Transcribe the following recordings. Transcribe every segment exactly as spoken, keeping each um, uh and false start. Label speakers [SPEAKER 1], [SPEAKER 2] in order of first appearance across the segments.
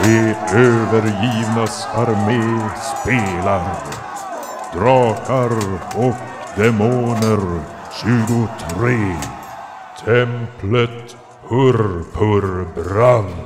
[SPEAKER 1] De övergivnas armé spelar. Drakar och demoner tjugotre. Templet Purpurbrand.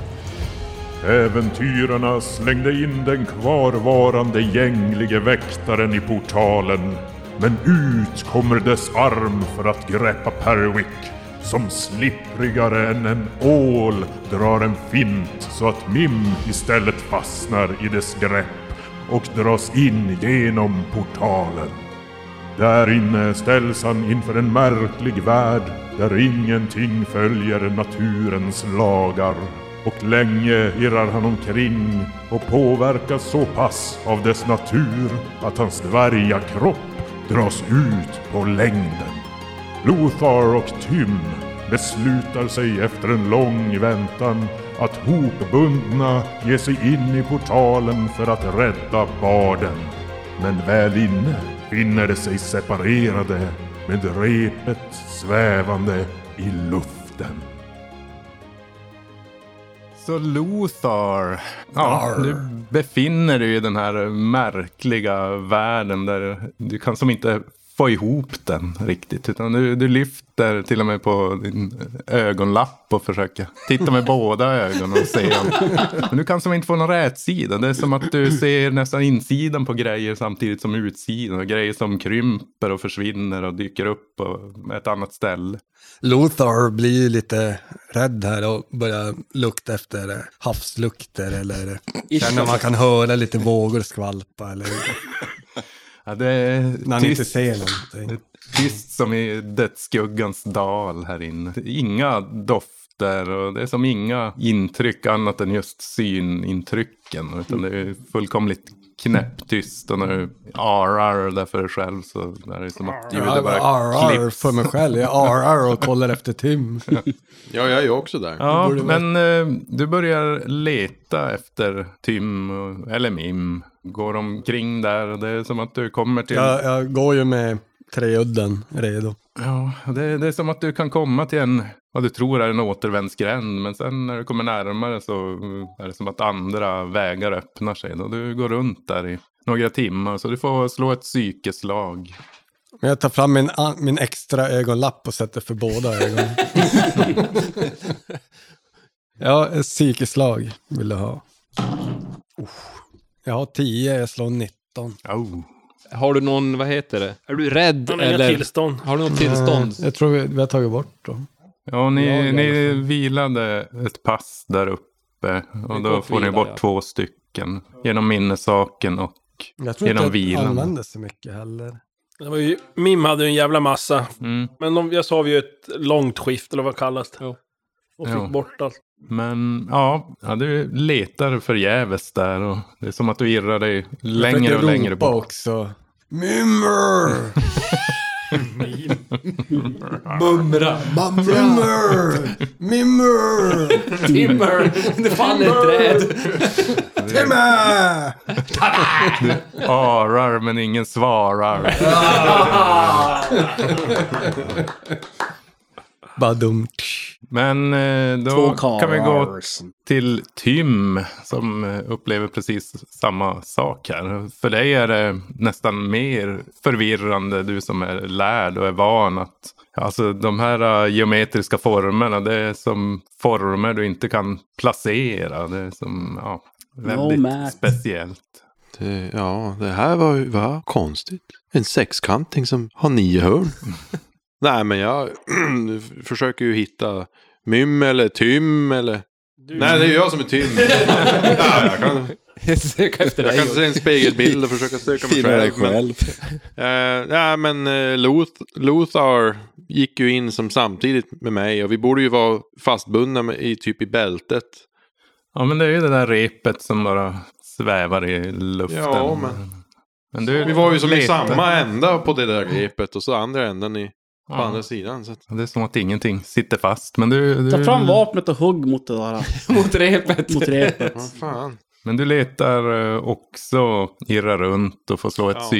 [SPEAKER 1] Äventyrarna slängde in den kvarvarande gänglige väktaren i portalen. Men ut kommer dess arm för att greppa Perwick, som slipprigare än en ål drar en fint så att Mim istället fastnar i dess grepp och dras in genom portalen. Där inne ställs han inför en märklig värld där ingenting följer naturens lagar. Och länge irrar han omkring och påverkas så pass av dess natur att hans dvärgakropp dras ut på längden. Lothar och Tym beslutar sig efter en lång väntan att hopbundna ge sig in i portalen för att rädda barden. Men väl inne finner de sig separerade med repet svävande i luften.
[SPEAKER 2] Så Lothar, ja, du befinner dig i den här märkliga världen där du kan som inte få ihop den riktigt. Utan du, du lyfter till och med på din ögonlapp och försöker titta med båda ögonen och se om. Men du kan som inte få någon rätsida. Det är som att du ser nästan insidan på grejer samtidigt som utsidan. Och grejer som krymper och försvinner och dyker upp på ett annat ställe.
[SPEAKER 3] Lothar blir lite rädd här och börjar lukta efter havslukter eller känner man kan höra lite vågor skvalpa eller
[SPEAKER 2] ja, det är
[SPEAKER 3] när han inte ser någonting.
[SPEAKER 2] Tyst som i dödsskuggans dal här inne. Inga dofter och det är som inga intryck annat än just synintrycken. Utan det är fullkomligt knäpptyst och när du arrar där för dig själv så är det som att ljudet bara
[SPEAKER 3] arrar
[SPEAKER 2] klipps.
[SPEAKER 3] för mig själv. Jag arrar och kollar efter Tym.
[SPEAKER 4] Ja, jag är ju också där.
[SPEAKER 2] Ja, men eh, du börjar leta efter Tym och, eller Mim. Går omkring där och det är som att du kommer till...
[SPEAKER 3] Jag, jag går ju med treudden redo.
[SPEAKER 2] Ja, det, det är som att du kan komma till en, vad du tror är en återvändsgränd. Men sen när du kommer närmare så är det som att andra vägar öppnar sig. Och du går runt där i några timmar så du får slå ett psykeslag.
[SPEAKER 3] Men jag tar fram min, min extra ögonlapp och sätter för båda ögonen. Ja, ett psykeslag vill du ha. Oh. Jag har tio, jag slår nitton.
[SPEAKER 2] Oh.
[SPEAKER 5] Har du någon, vad heter det? Är du rädd
[SPEAKER 6] Han
[SPEAKER 5] eller?
[SPEAKER 6] tillstånd.
[SPEAKER 5] Har du något tillstånd?
[SPEAKER 3] Jag tror vi, vi har tagit bort dem.
[SPEAKER 2] Ja, ni,
[SPEAKER 3] Ja,
[SPEAKER 2] ni vilade ett pass där uppe. Och då får ni bort
[SPEAKER 5] ja.
[SPEAKER 2] två stycken. Genom minnesaken och
[SPEAKER 3] Jag tror
[SPEAKER 2] genom
[SPEAKER 3] inte att
[SPEAKER 2] vilan.
[SPEAKER 3] jag använde så mycket heller.
[SPEAKER 6] Det var ju, Mim hade ju en jävla massa.
[SPEAKER 2] Mm.
[SPEAKER 6] Men de, jag sa ju ett långt skift, eller vad kallas det?
[SPEAKER 5] Jo.
[SPEAKER 6] Och fick
[SPEAKER 2] Jo.
[SPEAKER 6] bort allt.
[SPEAKER 2] Men ja, ja, du letar förgäves där. Och det är som att du irrar dig längre och längre
[SPEAKER 3] bort.
[SPEAKER 2] bort.
[SPEAKER 3] Också. Mimmer!
[SPEAKER 5] Mumra.
[SPEAKER 3] Mimmer! Mimmer!
[SPEAKER 5] Timmer. Det faller ett träd.
[SPEAKER 3] Timmer!
[SPEAKER 2] Du arar men ingen svarar.
[SPEAKER 3] Badum.
[SPEAKER 2] Men eh, då kan vi gå till Tym som eh, upplever precis samma sak här. För dig är det nästan mer förvirrande, du som är lärd och är van att alltså de här uh, geometriska formerna, det är som former du inte kan placera. Det är som ja, väldigt
[SPEAKER 7] No,
[SPEAKER 2] speciellt.
[SPEAKER 4] Det, ja, det här var ju var konstigt. En sexkanting som har nio hörn. Nej, men jag försöker ju hitta Mim eller Tym eller... Du... Nej, det är jag som är Tym. Ja, jag kan,
[SPEAKER 5] Söka efter
[SPEAKER 4] jag
[SPEAKER 5] dig.
[SPEAKER 4] kan se en spegelbild och försöka söka mig
[SPEAKER 7] Finna dig
[SPEAKER 4] själv. Men, uh, ja, men uh, Loth, Lothar gick ju in som samtidigt med mig. Och vi borde ju vara fastbundna med, i typ i bältet.
[SPEAKER 2] Ja, men det är ju det där repet som bara svävar i luften.
[SPEAKER 4] Ja, men...
[SPEAKER 2] men du
[SPEAKER 4] vi var ju som i
[SPEAKER 2] letar.
[SPEAKER 4] samma ända på det där repet och så andra ändan i... På
[SPEAKER 2] Ja.
[SPEAKER 4] andra sidan. Så att...
[SPEAKER 2] Det är som att ingenting sitter fast. Men du, du...
[SPEAKER 7] Ta fram vapnet och hugg mot det där.
[SPEAKER 5] Mot repet.
[SPEAKER 7] Mot repet.
[SPEAKER 4] Vad fan.
[SPEAKER 2] Men du letar eh, också, irrar runt och får slå ett
[SPEAKER 4] Ja.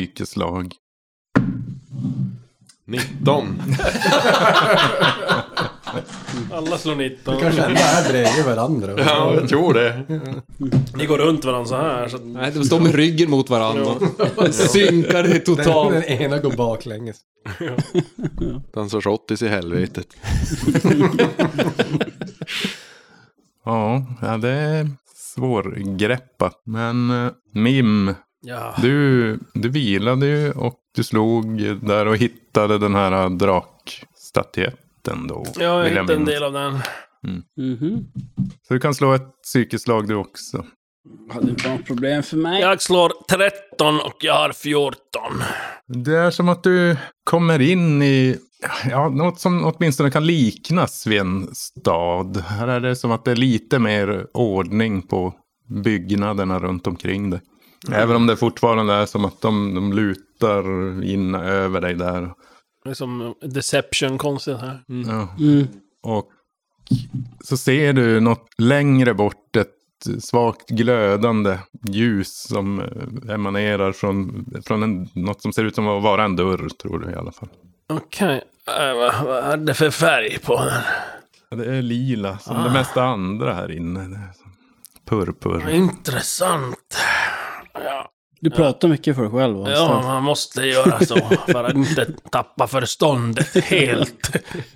[SPEAKER 6] Alla slår nitton.
[SPEAKER 3] Vi kanske ändå är bredvid varandra.
[SPEAKER 4] Ja, jag tror det.
[SPEAKER 6] Ni går runt varandra så här. Så att...
[SPEAKER 5] Nej, de står med ryggen mot varandra. Synkar det
[SPEAKER 3] Den,
[SPEAKER 5] totalt.
[SPEAKER 3] den ena går baklänges.
[SPEAKER 4] Dansar shottis i helvetet.
[SPEAKER 2] Ja, ja, det är svårgreppat. Men eh, Mim,
[SPEAKER 6] Ja.
[SPEAKER 2] du, du vilade ju och du slog där och hittade den här drakstatyetten då.
[SPEAKER 6] Ja, jag
[SPEAKER 2] vill
[SPEAKER 6] hittade en
[SPEAKER 2] minnas.
[SPEAKER 6] del av den.
[SPEAKER 7] Mhm.
[SPEAKER 2] Så du kan slå ett psykeslag du också.
[SPEAKER 7] Hade inte något problem för mig.
[SPEAKER 6] Jag slår tretton och jag har fjorton.
[SPEAKER 2] Det är som att du kommer in i ja, något som åtminstone kan liknas vid en stad. Här är det som att det är lite mer ordning på byggnaderna runt omkring det. Mm. Även om det fortfarande är som att de, de lutar in över dig där.
[SPEAKER 6] Det är som deception konstigt här.
[SPEAKER 5] Mm.
[SPEAKER 2] Ja.
[SPEAKER 7] Mm.
[SPEAKER 2] Och så ser du något längre bort ett svagt glödande ljus som emanerar från, från en, något som ser ut som att vara en dörr, tror du i alla fall.
[SPEAKER 6] Okej, okay. äh, vad, vad är det för färg på den?
[SPEAKER 2] Ja, det är lila, som
[SPEAKER 6] Ah.
[SPEAKER 2] det mesta andra här inne. Det är som purpur.
[SPEAKER 6] Intressant. Ja.
[SPEAKER 7] Du pratar mycket för dig själv. va?
[SPEAKER 6] Ja, man måste göra så för att inte tappa förståndet helt.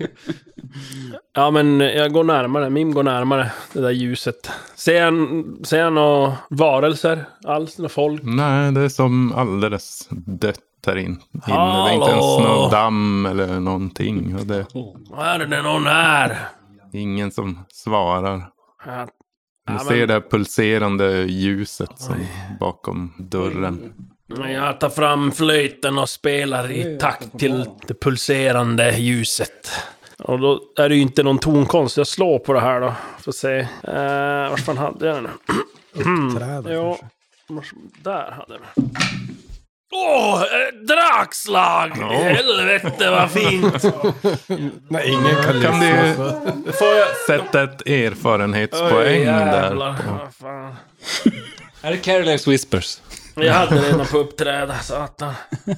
[SPEAKER 6] Ja, men jag går närmare. Mim går närmare det där ljuset. Ser jag, ser jag några varelser alls? Några folk?
[SPEAKER 2] Nej, det är som alldeles dött här in, inne. Det är inte ens
[SPEAKER 6] Hallå?
[SPEAKER 2] någon damm eller någonting. Och det är
[SPEAKER 6] Är det någon här?
[SPEAKER 2] ingen som svarar.
[SPEAKER 6] Ja,
[SPEAKER 2] Du
[SPEAKER 6] Ja,
[SPEAKER 2] ser
[SPEAKER 6] men-
[SPEAKER 2] det pulserande ljuset som bakom dörren.
[SPEAKER 6] men jag tar fram flöjten och spelar i takt till det pulserande ljuset. Och då är det ju inte någon tonkonst. Jag slår på det här då. Får se. Eh, var fan hade jag den?
[SPEAKER 3] Träd,
[SPEAKER 6] Ja, vars- där hade jag den. Åh, ett drakslag! Helvete vad fint!
[SPEAKER 3] Nej, ingen kan
[SPEAKER 2] Kan
[SPEAKER 3] lyssna.
[SPEAKER 2] du
[SPEAKER 6] Får jag...
[SPEAKER 2] sätta ett erfarenhetspoäng
[SPEAKER 6] Oj,
[SPEAKER 2] där?
[SPEAKER 6] jävlar. Vad fan.
[SPEAKER 5] Är det Careless Whispers?
[SPEAKER 6] Jag hade redan på uppträda, satan.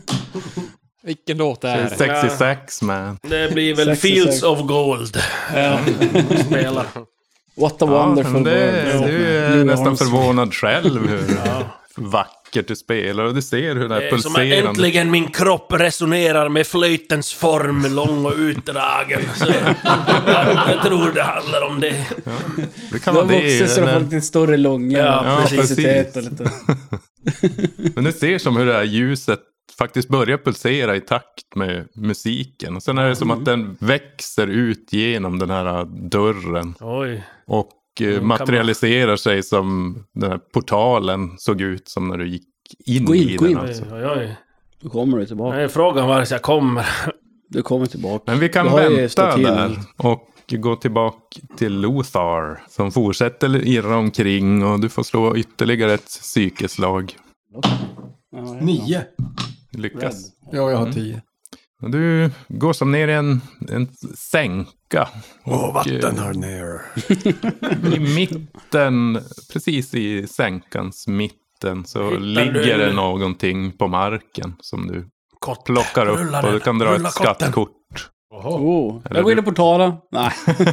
[SPEAKER 5] Vilken låt är det?
[SPEAKER 2] sextiosex man.
[SPEAKER 6] Det blir väl
[SPEAKER 7] sextiosex.
[SPEAKER 6] Fields of Gold.
[SPEAKER 7] Ja.
[SPEAKER 6] Spelar.
[SPEAKER 7] What a
[SPEAKER 2] Ja,
[SPEAKER 7] wonderful
[SPEAKER 2] men det,
[SPEAKER 7] world.
[SPEAKER 2] du är
[SPEAKER 7] Louis
[SPEAKER 2] nästan
[SPEAKER 7] Armstrong.
[SPEAKER 2] förvånad själv hur vackert du spelar. Och du ser hur det
[SPEAKER 6] Det
[SPEAKER 2] är
[SPEAKER 6] är som att
[SPEAKER 2] pulserande.
[SPEAKER 6] äntligen min kropp resonerar med flöjtens form, lång och utdragen. Så jag, jag tror det handlar om det.
[SPEAKER 2] Det kan
[SPEAKER 7] Du
[SPEAKER 2] vara
[SPEAKER 7] har
[SPEAKER 2] det.
[SPEAKER 7] vuxit så du får
[SPEAKER 2] eller-
[SPEAKER 7] lite större långa.
[SPEAKER 6] Ja,
[SPEAKER 7] preciositet och lite.
[SPEAKER 2] Men du ser som hur det här ljuset faktiskt börjar pulsera i takt med musiken. Och sen är det som att den växer ut genom den här dörren.
[SPEAKER 6] Oj.
[SPEAKER 2] Och eh,
[SPEAKER 6] man-
[SPEAKER 2] materialiserar sig som den här portalen såg ut som när du gick in,
[SPEAKER 7] Gå in,
[SPEAKER 2] i
[SPEAKER 7] gå
[SPEAKER 2] den.
[SPEAKER 7] in.
[SPEAKER 2] Alltså.
[SPEAKER 6] Oj, oj, oj.
[SPEAKER 7] Då kommer du tillbaka.
[SPEAKER 6] Nej, frågan var jag kommer.
[SPEAKER 7] Du kommer tillbaka.
[SPEAKER 2] Men vi kan
[SPEAKER 7] Du har ju
[SPEAKER 2] vänta
[SPEAKER 7] stativ.
[SPEAKER 2] där och gå tillbaka till Lothar som fortsätter irra omkring och du får slå ytterligare ett psykeslag.
[SPEAKER 3] Nio.
[SPEAKER 2] Lyckas.
[SPEAKER 3] Ja, jag har tio.
[SPEAKER 2] Och du går som ner i en, en sänka.
[SPEAKER 3] Åh,
[SPEAKER 2] Och,
[SPEAKER 3] vatten
[SPEAKER 2] eh,
[SPEAKER 3] här nere.
[SPEAKER 2] I mitten, precis i sänkans mitten så
[SPEAKER 6] Hittar
[SPEAKER 2] ligger
[SPEAKER 6] du-
[SPEAKER 2] det någonting på marken som du
[SPEAKER 6] Kott.
[SPEAKER 2] plockar upp
[SPEAKER 6] Rulla
[SPEAKER 2] och du
[SPEAKER 6] den.
[SPEAKER 2] kan dra
[SPEAKER 6] Rulla
[SPEAKER 2] ett
[SPEAKER 6] kotten.
[SPEAKER 2] skattkort.
[SPEAKER 7] Oh.
[SPEAKER 2] Eller
[SPEAKER 7] Jag går in
[SPEAKER 2] du-
[SPEAKER 7] och portala. Nej.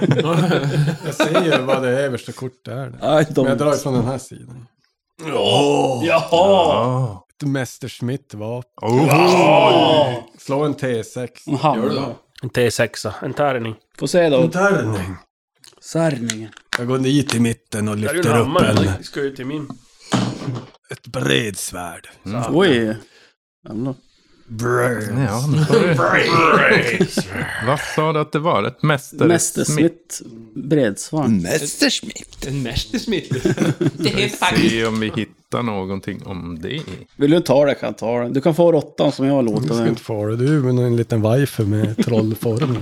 [SPEAKER 3] Jag ser ju vad det översta kortet är.
[SPEAKER 7] Nej, de...
[SPEAKER 3] Men jag drar från den här sidan.
[SPEAKER 6] Åh!
[SPEAKER 7] Jaha!
[SPEAKER 2] Ja.
[SPEAKER 3] Ett Messerschmitt-vapen.
[SPEAKER 2] Oh.
[SPEAKER 3] Slå en T sex.
[SPEAKER 7] En hamra.
[SPEAKER 6] En T sex, en tärning.
[SPEAKER 7] Får se då.
[SPEAKER 3] tärning.
[SPEAKER 7] Särningen.
[SPEAKER 3] Jag går dit i mitten och
[SPEAKER 6] Det är ju en
[SPEAKER 3] lyfter upp
[SPEAKER 6] hammare.
[SPEAKER 3] en,
[SPEAKER 6] Det ska ju till min.
[SPEAKER 3] ett bredsvärd.
[SPEAKER 7] Oj. Jävlar.
[SPEAKER 3] Bröd.
[SPEAKER 2] Ja, nu får du... Vad sa du att det var? Ett mäster...
[SPEAKER 7] Mästersmitt bredsvart.
[SPEAKER 8] Messerschmitt.
[SPEAKER 5] En Messerschmitt. Det är faktiskt...
[SPEAKER 2] Se om vi hittar någonting om det.
[SPEAKER 7] Vill du ta det kan jag ta det. Du kan få råttan som jag har
[SPEAKER 3] Du
[SPEAKER 7] låtit
[SPEAKER 3] ska
[SPEAKER 7] den.
[SPEAKER 3] inte få det. Du med en liten wife med trollform.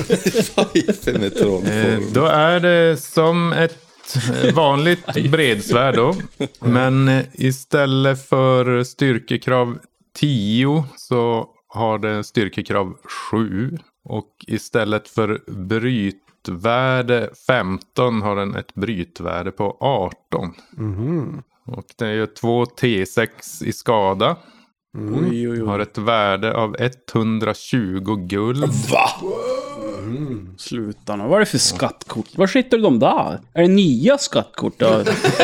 [SPEAKER 8] Fajfe med trollform.
[SPEAKER 2] Eh, då är det som ett eh, vanligt bredsvärd då. Men eh, istället för styrkekrav tio så har det styrkekrav sju. Och istället för brytvärde femton har den ett brytvärde på arton.
[SPEAKER 3] Mhm.
[SPEAKER 2] Och det är ju två T sex i skada.
[SPEAKER 7] Oj, oj, oj.
[SPEAKER 2] Har ett värde av etthundratjugo guld.
[SPEAKER 8] Va?
[SPEAKER 7] Mm. Sluta nu. Vad är det för skattkort? Var sitter de där? Är det nya skattkort då?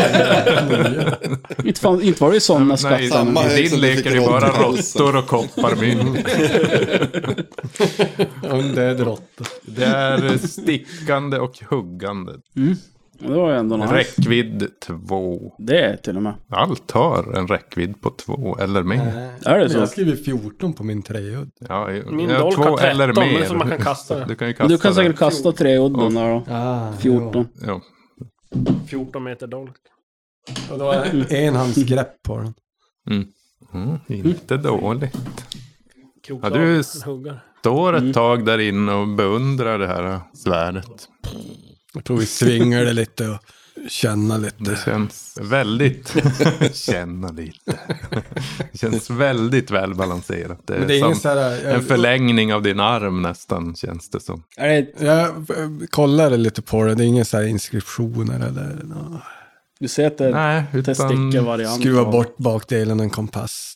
[SPEAKER 7] inte, fan, inte var det sådana skattkort.
[SPEAKER 2] I din lek är det bara råttor och kopparmynt.
[SPEAKER 3] Om det är råttor.
[SPEAKER 2] Det är stickande och huggande.
[SPEAKER 7] Mm. Det var ju ändå nice.
[SPEAKER 2] Räckvidd två.
[SPEAKER 7] Det är till och med.
[SPEAKER 2] Allt har en räckvidd på två eller mer.
[SPEAKER 7] Äh, är det så?
[SPEAKER 3] Jag skriver fjorton på min träudd.
[SPEAKER 2] Ja,
[SPEAKER 6] Min
[SPEAKER 2] ja,
[SPEAKER 6] dolk
[SPEAKER 2] två
[SPEAKER 6] har tretton,
[SPEAKER 2] eller mer.
[SPEAKER 6] så man kan kasta det.
[SPEAKER 2] Du kan ju kasta
[SPEAKER 7] Du kan säkert
[SPEAKER 2] det.
[SPEAKER 7] kasta träudden där då.
[SPEAKER 3] Ah,
[SPEAKER 7] fjorton.
[SPEAKER 2] Ja.
[SPEAKER 6] fjorton meter dolk.
[SPEAKER 3] Och då är en handsgrepp på den.
[SPEAKER 2] Mm. Mm, inte dåligt.
[SPEAKER 6] Krokslag,
[SPEAKER 2] Ja, du
[SPEAKER 6] en huggar.
[SPEAKER 2] står ett tag där inne och beundrar det här svärdet.
[SPEAKER 3] Jag tror vi svingar det lite och känna lite.
[SPEAKER 2] Det känns väldigt... känna lite. Det känns väldigt välbalanserat. Det är,
[SPEAKER 3] Men det är
[SPEAKER 2] som
[SPEAKER 3] ingen så här, jag,
[SPEAKER 2] en förlängning av din arm nästan, känns det som.
[SPEAKER 7] Är det,
[SPEAKER 3] jag kollar lite på det. Det är inga så här inskriptioner eller något.
[SPEAKER 7] du ser att det är
[SPEAKER 2] Nej, utan
[SPEAKER 7] testikelvariant.
[SPEAKER 3] Skruva bort bakdelen en kompass.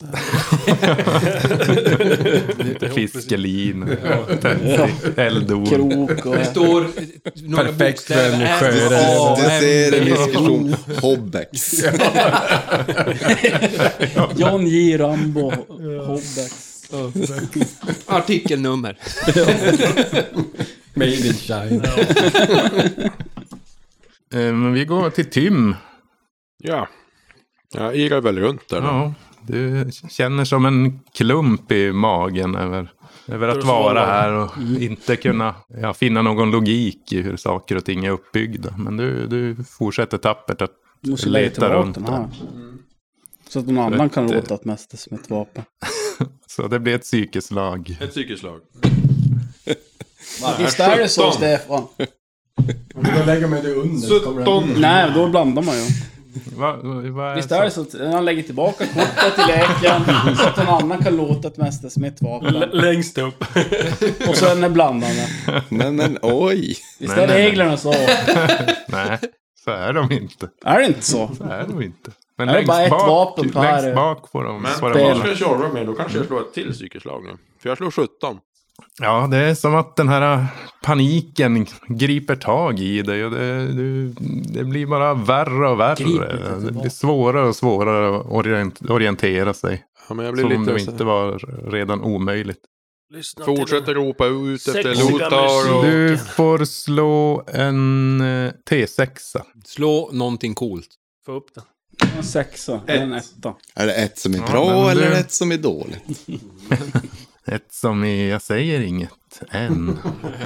[SPEAKER 2] lite fiskelin. Eldor.
[SPEAKER 7] Krok och...
[SPEAKER 5] Det står några
[SPEAKER 3] Perfekt för
[SPEAKER 5] bokstäver.
[SPEAKER 3] en
[SPEAKER 5] S,
[SPEAKER 3] sjöare.
[SPEAKER 5] A,
[SPEAKER 8] Det
[SPEAKER 5] M,
[SPEAKER 8] ser en
[SPEAKER 5] B,
[SPEAKER 8] diskussion. Hobbex.
[SPEAKER 7] John J. Rambo. Hobbex.
[SPEAKER 5] artikelnummer.
[SPEAKER 3] Made in China.
[SPEAKER 2] Eh, Men vi går till Tim.
[SPEAKER 4] Ja. Jag irar väl runt där då.
[SPEAKER 2] Ja, du känner som en klump i magen över, över att vara här och inte kunna ja, finna någon logik i hur saker och ting är uppbyggda. Men du, du fortsätter tappert att
[SPEAKER 7] Du måste lägga
[SPEAKER 2] leta
[SPEAKER 7] tillbaka
[SPEAKER 2] runt
[SPEAKER 7] den
[SPEAKER 2] där.
[SPEAKER 7] här. Så att någon annan kan
[SPEAKER 2] Rätt,
[SPEAKER 7] råta att mästas som ett vapen.
[SPEAKER 2] Så det blir ett psykeslag.
[SPEAKER 4] Ett psykeslag.
[SPEAKER 7] Visst är det så, Stefan?
[SPEAKER 3] Om du lägger mig det under så kommer
[SPEAKER 4] sjutton.
[SPEAKER 3] den.
[SPEAKER 7] Nej, då blandar man ju.
[SPEAKER 2] Va, va, va
[SPEAKER 7] Visst är det så att han lägger tillbaka kortet till leken så att någon annan kan låta ett mästas som ett vapen.
[SPEAKER 6] L- längst upp.
[SPEAKER 7] Och så är den blandande.
[SPEAKER 8] Men, men, oj.
[SPEAKER 7] Visst
[SPEAKER 2] Nej,
[SPEAKER 7] är
[SPEAKER 2] nej,
[SPEAKER 7] reglerna så?
[SPEAKER 2] Nej, så är de inte.
[SPEAKER 7] Är det inte så?
[SPEAKER 2] Så är de inte. Men
[SPEAKER 7] Är det
[SPEAKER 2] längst
[SPEAKER 7] bara ett
[SPEAKER 2] bak,
[SPEAKER 7] vapen per-
[SPEAKER 2] längst bak får de
[SPEAKER 4] Men
[SPEAKER 2] får
[SPEAKER 4] om
[SPEAKER 2] de
[SPEAKER 4] jag
[SPEAKER 2] vara.
[SPEAKER 4] ska tjorva med, då kanske jag slår ett till psykeslag nu. För jag slår sjutton.
[SPEAKER 2] Ja, det är som att den här paniken griper tag i dig och det, du, det blir bara värre och värre. Det blir svårare och svårare att orient, orientera sig.
[SPEAKER 4] Ja, men jag blir
[SPEAKER 2] Som om
[SPEAKER 4] lite...
[SPEAKER 2] det inte var redan omöjligt.
[SPEAKER 6] Lyssna
[SPEAKER 4] Fortsätter ropa ut efter
[SPEAKER 6] Sexiga
[SPEAKER 4] Lothar och...
[SPEAKER 2] Du får slå en eh, T sex.
[SPEAKER 5] Slå någonting coolt.
[SPEAKER 6] Få upp den.
[SPEAKER 7] En sexa, eller en etta.
[SPEAKER 8] Är det ett som är
[SPEAKER 2] Ja,
[SPEAKER 8] bra
[SPEAKER 2] men
[SPEAKER 8] eller
[SPEAKER 2] det-
[SPEAKER 8] ett som är dåligt?
[SPEAKER 2] Ett som är, jag säger inget än.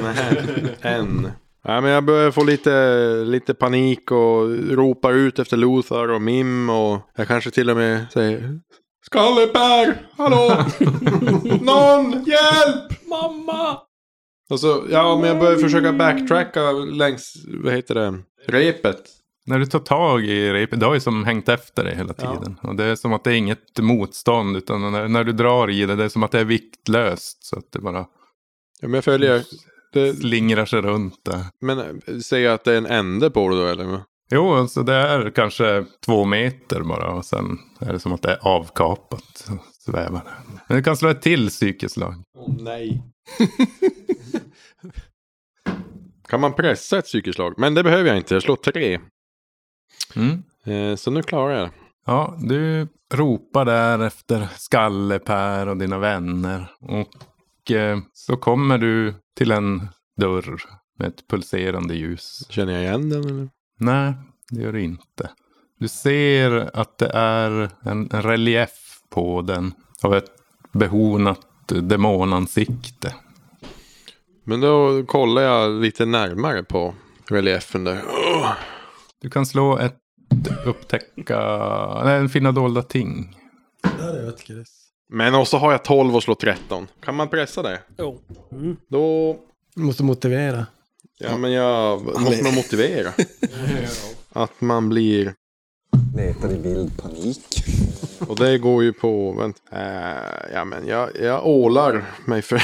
[SPEAKER 4] En. Ja, men jag börjar få lite, lite panik och ropar ut efter Lothar och Mim och jag kanske till och med säger Skallepär! Hallå! Någon! Hjälp! Mamma! Och så, ja, men jag börjar försöka backtracka längs, vad heter det, repet.
[SPEAKER 2] När du tar tag i repet, det har ju som hängt efter dig hela tiden. Och det är som att det är inget motstånd, utan när, när du drar i det, det är som att det är viktlöst. Så att det bara
[SPEAKER 4] Ja, men jag följer. Det,
[SPEAKER 2] slingrar sig runt där.
[SPEAKER 4] men säger jag att det är en ände på det då, eller?
[SPEAKER 2] Jo, alltså det är kanske två meter bara och sen är det som att det är avkapat. Så svävar det. Men du kan slå ett till psykeslag.
[SPEAKER 4] Åh, nej. Kan man pressa ett psykeslag? Men det behöver jag inte, jag slår tre.
[SPEAKER 2] Mm.
[SPEAKER 4] Eh, så nu klarar jag det.
[SPEAKER 2] Ja, du ropar där efter Skallepär och dina vänner. Och eh, så kommer du till en dörr med ett pulserande ljus.
[SPEAKER 4] Känner jag igen den, eller?
[SPEAKER 2] Nej, det gör du inte. Du ser att det är en, en relief på den av ett behornat demonansikte.
[SPEAKER 4] Men då kollar jag lite närmare på reliefen där. Oh.
[SPEAKER 2] Du kan slå ett upptäcka, nej, en finna dolda ting.
[SPEAKER 3] Där är ett gris.
[SPEAKER 4] Men också har jag tolv och slår tretton. Kan man pressa det?
[SPEAKER 6] Jo.
[SPEAKER 4] Då...
[SPEAKER 3] Du måste motivera.
[SPEAKER 4] Ja, men jag måste nog motivera. Att man blir...
[SPEAKER 8] Letar i vild panik.
[SPEAKER 4] Och det går ju på... Vänt, äh, ja, men jag, jag ålar mig för...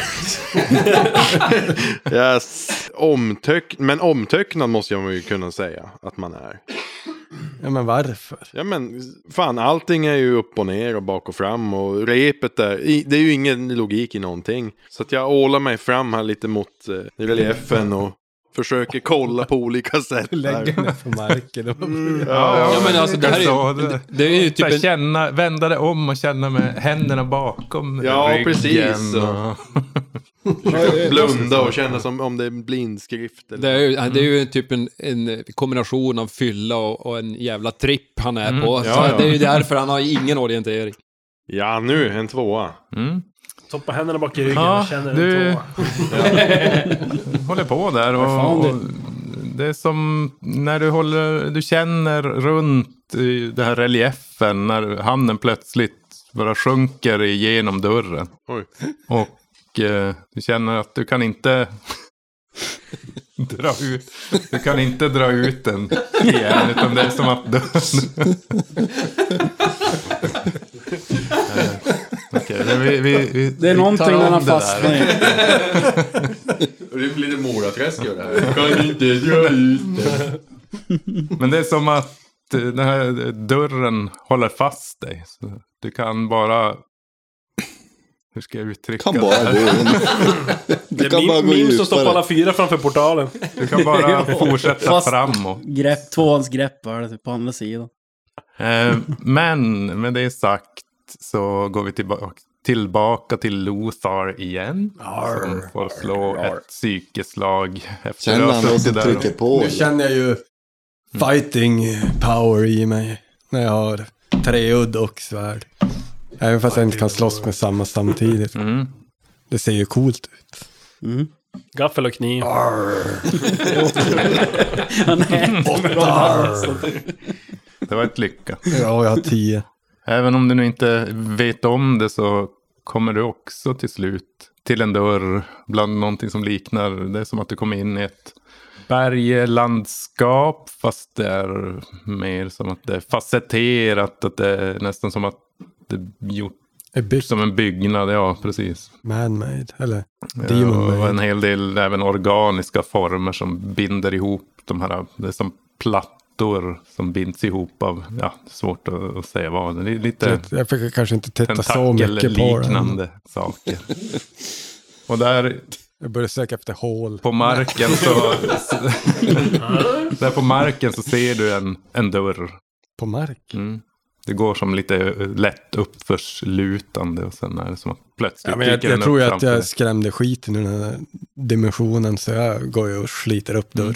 [SPEAKER 4] yes. Omtöck, men omtöcknad måste jag ju kunna säga att man är.
[SPEAKER 3] Ja, men varför?
[SPEAKER 4] Ja, men fan, allting är ju upp och ner och bak och fram. Och repet där, i- det är ju ingen logik i någonting. Så att jag ålar mig fram här lite mot eh, reliefen och försöker kolla på olika sätt.
[SPEAKER 3] Lägger
[SPEAKER 4] Här.
[SPEAKER 3] ner på marken. Och...
[SPEAKER 2] Ja,
[SPEAKER 5] Ja, men alltså, det här är ju-
[SPEAKER 2] så, det,
[SPEAKER 5] det är ju typ
[SPEAKER 2] så här,
[SPEAKER 5] en-
[SPEAKER 2] känna, vända det om och känna med händerna bakom
[SPEAKER 4] Ja,
[SPEAKER 2] ryggen.
[SPEAKER 4] precis.
[SPEAKER 2] Och,
[SPEAKER 4] Blunda och känna som om det är blindskrift. Eller...
[SPEAKER 5] Det är ju, det är ju typ en, en kombination av fylla och, och en jävla tripp han är på. Så
[SPEAKER 4] Ja, ja.
[SPEAKER 5] det är ju därför han har ingen orientering.
[SPEAKER 4] Ja, nu, en tvåa.
[SPEAKER 2] mm.
[SPEAKER 6] Toppa händerna bak i ryggen
[SPEAKER 2] Ja,
[SPEAKER 6] och känner
[SPEAKER 2] du-
[SPEAKER 6] en tvåa.
[SPEAKER 2] håller på där och,
[SPEAKER 7] fan, det-
[SPEAKER 2] och det är som när du håller, du känner runt i den här reliefen när handen plötsligt bara sjunker igenom dörren.
[SPEAKER 4] Oj.
[SPEAKER 2] Och eh, du känner att du kan inte dra ut, du kan inte dra ut den igen, utan det är som att dörren... Eh, Okej, okay, vi, vi, vi,
[SPEAKER 7] Det är
[SPEAKER 2] vi
[SPEAKER 7] någonting
[SPEAKER 2] tar om
[SPEAKER 7] när han
[SPEAKER 2] det där.
[SPEAKER 7] fastnar i.
[SPEAKER 4] Det blir lite moraträsk det här. Kan inte dra ut det.
[SPEAKER 2] Men det är som att eh, den här dörren håller fast dig. Så du kan bara... Hur ska jag uttrycka
[SPEAKER 8] Kan
[SPEAKER 2] det
[SPEAKER 8] bara
[SPEAKER 2] här?
[SPEAKER 8] gå in.
[SPEAKER 6] Det
[SPEAKER 8] Du kan
[SPEAKER 6] är
[SPEAKER 8] bara
[SPEAKER 6] Mim,
[SPEAKER 8] gå
[SPEAKER 6] Mim som står på
[SPEAKER 8] djupare.
[SPEAKER 6] alla fyra framför portalen.
[SPEAKER 2] Du kan bara fortsätta
[SPEAKER 7] Fast-
[SPEAKER 2] framåt.
[SPEAKER 7] Grepp, tvåans grepp var det typ på andra sidan.
[SPEAKER 2] Eh, men med det sagt så går vi tillbaka, tillbaka till Lothar igen. Som får slå ett psykeslag efter
[SPEAKER 8] Känner
[SPEAKER 2] att
[SPEAKER 8] han
[SPEAKER 2] ha
[SPEAKER 8] någon
[SPEAKER 2] suttit
[SPEAKER 8] som
[SPEAKER 2] där och-
[SPEAKER 8] trycker på?
[SPEAKER 3] Nu känner jag ju fighting power i mig. När jag har tre udd och svärd. Även fast jag inte kan slåss med samma samtidigt.
[SPEAKER 2] Mm.
[SPEAKER 3] Det ser ju coolt ut.
[SPEAKER 6] Gaffel och kniv.
[SPEAKER 7] Han äter med de halsen.
[SPEAKER 2] Det var ett lycka.
[SPEAKER 3] Ja, jag har tio.
[SPEAKER 2] Även om du nu inte vet om det så kommer du också till slut till en dörr bland någonting som liknar. Det är som att du kommer in i ett bergelandskap fast det är mer som att det är facetterat. Att det är nästan som att det är gjort
[SPEAKER 3] Är byggt
[SPEAKER 2] som en byggnad. Ja, precis.
[SPEAKER 3] man-made. Eller
[SPEAKER 2] Ja, och
[SPEAKER 3] demon-made.
[SPEAKER 2] en hel del även organiska former som binder ihop de här. Det är som plattor som binds ihop av, ja, svårt att, att säga vad. Det är lite
[SPEAKER 3] Jag, jag fick kanske inte titta så mycket på den.
[SPEAKER 2] tentakelliknande saker. Och där
[SPEAKER 3] Jag började söka efter hål.
[SPEAKER 2] på marken så där på marken så ser du en, en dörr.
[SPEAKER 3] På mark.
[SPEAKER 2] Mm. Det går som lite lätt uppförslutande och sen är det som att plötsligt
[SPEAKER 3] Ja, men jag,
[SPEAKER 2] dyker
[SPEAKER 3] jag
[SPEAKER 2] den
[SPEAKER 3] tror
[SPEAKER 2] upp
[SPEAKER 3] ju att
[SPEAKER 2] framför
[SPEAKER 3] jag
[SPEAKER 2] dig.
[SPEAKER 3] skrämde skiten ur den här dimensionen. Så jag går ju och sliter upp dörr.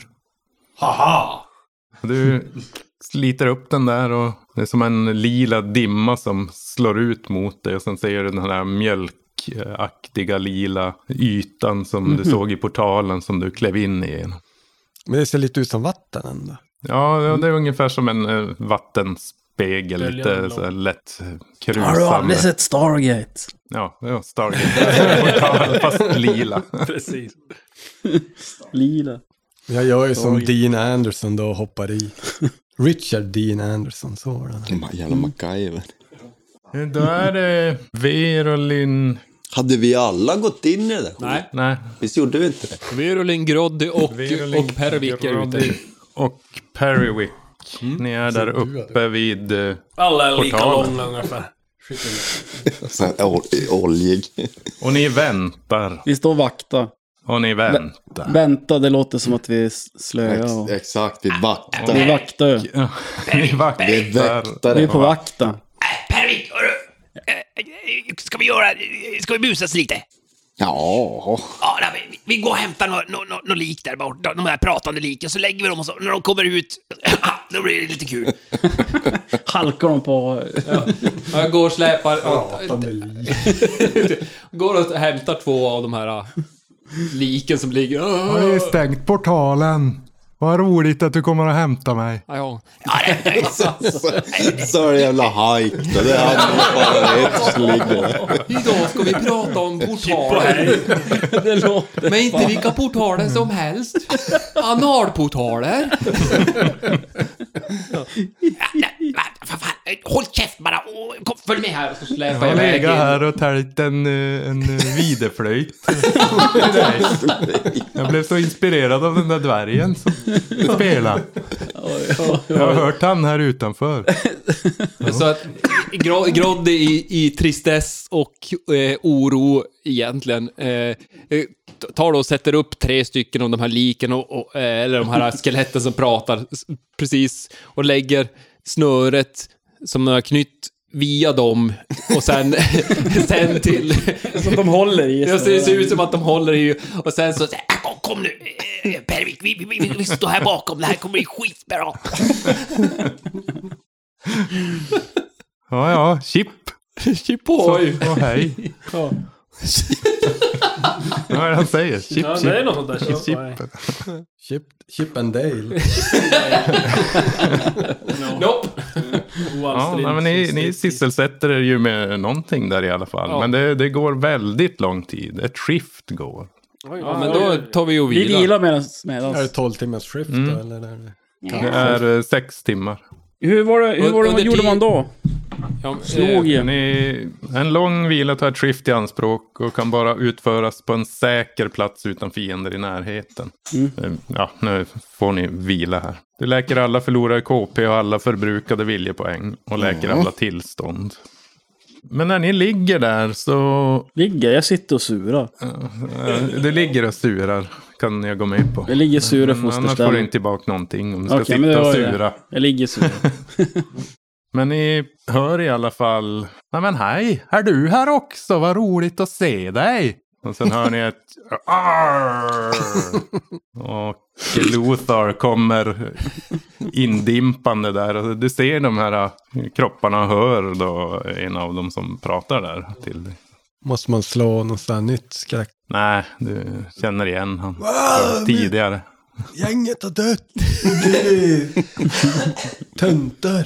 [SPEAKER 2] Du sliter upp den där och det är som en lila dimma som slår ut mot dig och sen ser du den här mjölkaktiga lila ytan som du såg i portalen som du klev in i.
[SPEAKER 3] Men det ser lite ut som vatten ändå.
[SPEAKER 2] Ja, ja, det är ungefär som en eh, vattenspegel,
[SPEAKER 6] Böljande
[SPEAKER 2] lite så här lätt eh,
[SPEAKER 7] Har du
[SPEAKER 2] krusande.
[SPEAKER 7] aldrig sett Stargate?
[SPEAKER 2] Ja, ja, Stargate. Portal, fast lila.
[SPEAKER 6] Precis.
[SPEAKER 7] Lila.
[SPEAKER 3] Jag gör ju som Dean Anderson då och hoppar i. Richard Dean Anderson, så var det.
[SPEAKER 8] Ma- Jävla MacGyver.
[SPEAKER 2] Då är det Verolin.
[SPEAKER 8] Hade vi alla gått in i det där?
[SPEAKER 5] Nej.
[SPEAKER 2] Nej.
[SPEAKER 8] Visst gjorde vi inte det?
[SPEAKER 5] Verolin, Groddy och,
[SPEAKER 2] Verolin,
[SPEAKER 5] och Pervik är ute.
[SPEAKER 2] Groddy Och Periwick. Ni är där uppe vid... eh,
[SPEAKER 6] Alla är lika
[SPEAKER 2] Portalen.
[SPEAKER 6] långa ungefär.
[SPEAKER 8] Så här, ol- oljig.
[SPEAKER 2] Och ni väntar.
[SPEAKER 7] Vi står och vaktar.
[SPEAKER 2] Och ni väntar.
[SPEAKER 7] Vänta, det låter som att vi är s- slöa. Och...
[SPEAKER 8] Ex- exakt, vi vaktar.
[SPEAKER 7] Vi vaktar ju.
[SPEAKER 2] Ja, ni vaktar.
[SPEAKER 8] Vi är väktare.
[SPEAKER 7] Vi är på vakta.
[SPEAKER 9] Pervik, hörru. Eh, Ska vi göra... Ska vi busas lite?
[SPEAKER 8] Ja.
[SPEAKER 9] Ja, nej, vi, vi går och hämtar något nå, nå, nå lik där borta. De här pratande liken. Så lägger vi dem och så. När de kommer ut, då blir det lite kul.
[SPEAKER 7] Halkar de på...
[SPEAKER 5] Jag går och släpar... går och hämtar två av de här äh, liken som ligger...
[SPEAKER 2] Har ni stängt portalen? Vad roligt att du kommer att hämta mig.
[SPEAKER 5] Ja, ja.
[SPEAKER 9] Ja, nej, nej.
[SPEAKER 8] Så är det jävla hajk. Det är han bara ett som ligger där.
[SPEAKER 5] Idag ska vi prata om portaler.
[SPEAKER 7] Det låter...
[SPEAKER 5] Men inte vilka portaler som helst. Analportaler.
[SPEAKER 9] Ja, nej, va, för fan. Håll käft bara. Och kom, följ med här.
[SPEAKER 5] Så släpar
[SPEAKER 2] Jag
[SPEAKER 5] jag
[SPEAKER 2] har
[SPEAKER 5] iväg
[SPEAKER 2] legat
[SPEAKER 5] in.
[SPEAKER 2] här och täljt en, eh, en eh, videflöjt. Jag blev så inspirerad av den där dvärgen som spelade. Jag har hört han här utanför.
[SPEAKER 5] Så att Gro- Groddy i, i tristess och eh, oro egentligen eh, tar då och sätter upp tre stycken av de här liken och, och, eh, eller de här skeletten som pratar precis och lägger snöret som har knytt via dem och sen sen till
[SPEAKER 7] Som de håller i.
[SPEAKER 5] det ser ut som att de håller i och sen så
[SPEAKER 9] Kom, kom nu, eh, Pervik, vi, vi, vi, vi står här bakom. Det här kommer bli skitbra.
[SPEAKER 2] Ja, ja, chip.
[SPEAKER 5] chip oj.
[SPEAKER 2] Och hej.
[SPEAKER 7] Ja.
[SPEAKER 2] Vad är det han säger? Chip,
[SPEAKER 6] Ja,
[SPEAKER 2] chip.
[SPEAKER 6] det är något sånt där. Chip,
[SPEAKER 3] Chip, Chip, Chip and Dale.
[SPEAKER 5] Nope.
[SPEAKER 2] Ja, nej, men ni, ni sysselsätter er ju med någonting där i alla fall.
[SPEAKER 5] Ja.
[SPEAKER 2] Men det, det går väldigt lång tid. Ett skift går.
[SPEAKER 5] Ja, men då tar vi och
[SPEAKER 7] Vi
[SPEAKER 5] vilar.
[SPEAKER 7] vilar medans, medans.
[SPEAKER 3] Är det tolv timmars skift
[SPEAKER 2] Mm.
[SPEAKER 3] då? Eller är det...
[SPEAKER 2] Det är eh, sex timmar.
[SPEAKER 7] Hur var det, hur var det
[SPEAKER 5] Under
[SPEAKER 7] vad gjorde
[SPEAKER 5] tid-
[SPEAKER 7] man då?
[SPEAKER 5] Ja,
[SPEAKER 7] Slog
[SPEAKER 5] eh,
[SPEAKER 7] igen.
[SPEAKER 2] Ni, en lång vila tar ett skift i anspråk och kan bara utföras på en säker plats utan fiender i närheten.
[SPEAKER 7] Mm.
[SPEAKER 2] Eh, Ja, nu får ni vila här. Du läker alla förlorade K P och alla förbrukade viljepoäng och läker alla tillstånd. Men när ni ligger där så...
[SPEAKER 7] Ligger, jag sitter och surar.
[SPEAKER 2] eh, Du ligger och surar, kan jag gå med på.
[SPEAKER 7] Jag ligger sura
[SPEAKER 2] Men annars får du
[SPEAKER 7] fosterställning.
[SPEAKER 2] inte tillbaka någonting om du ska
[SPEAKER 7] Okej, men det
[SPEAKER 2] sitta och
[SPEAKER 7] var ju det.
[SPEAKER 2] sura.
[SPEAKER 7] Jag ligger sura.
[SPEAKER 2] Men ni hör i alla fall... Nej men hej, är du här också? Vad roligt att se dig. Och sen hör ni ett... Arr! Och Lothar kommer indimpande där. Och du ser de här kropparna och hör då en av dem som pratar där till dig.
[SPEAKER 3] Måste man slå något sånt här nytt skräck?
[SPEAKER 2] Nej, du känner igen han från tidigare.
[SPEAKER 3] Gänget har dött. Det töntar.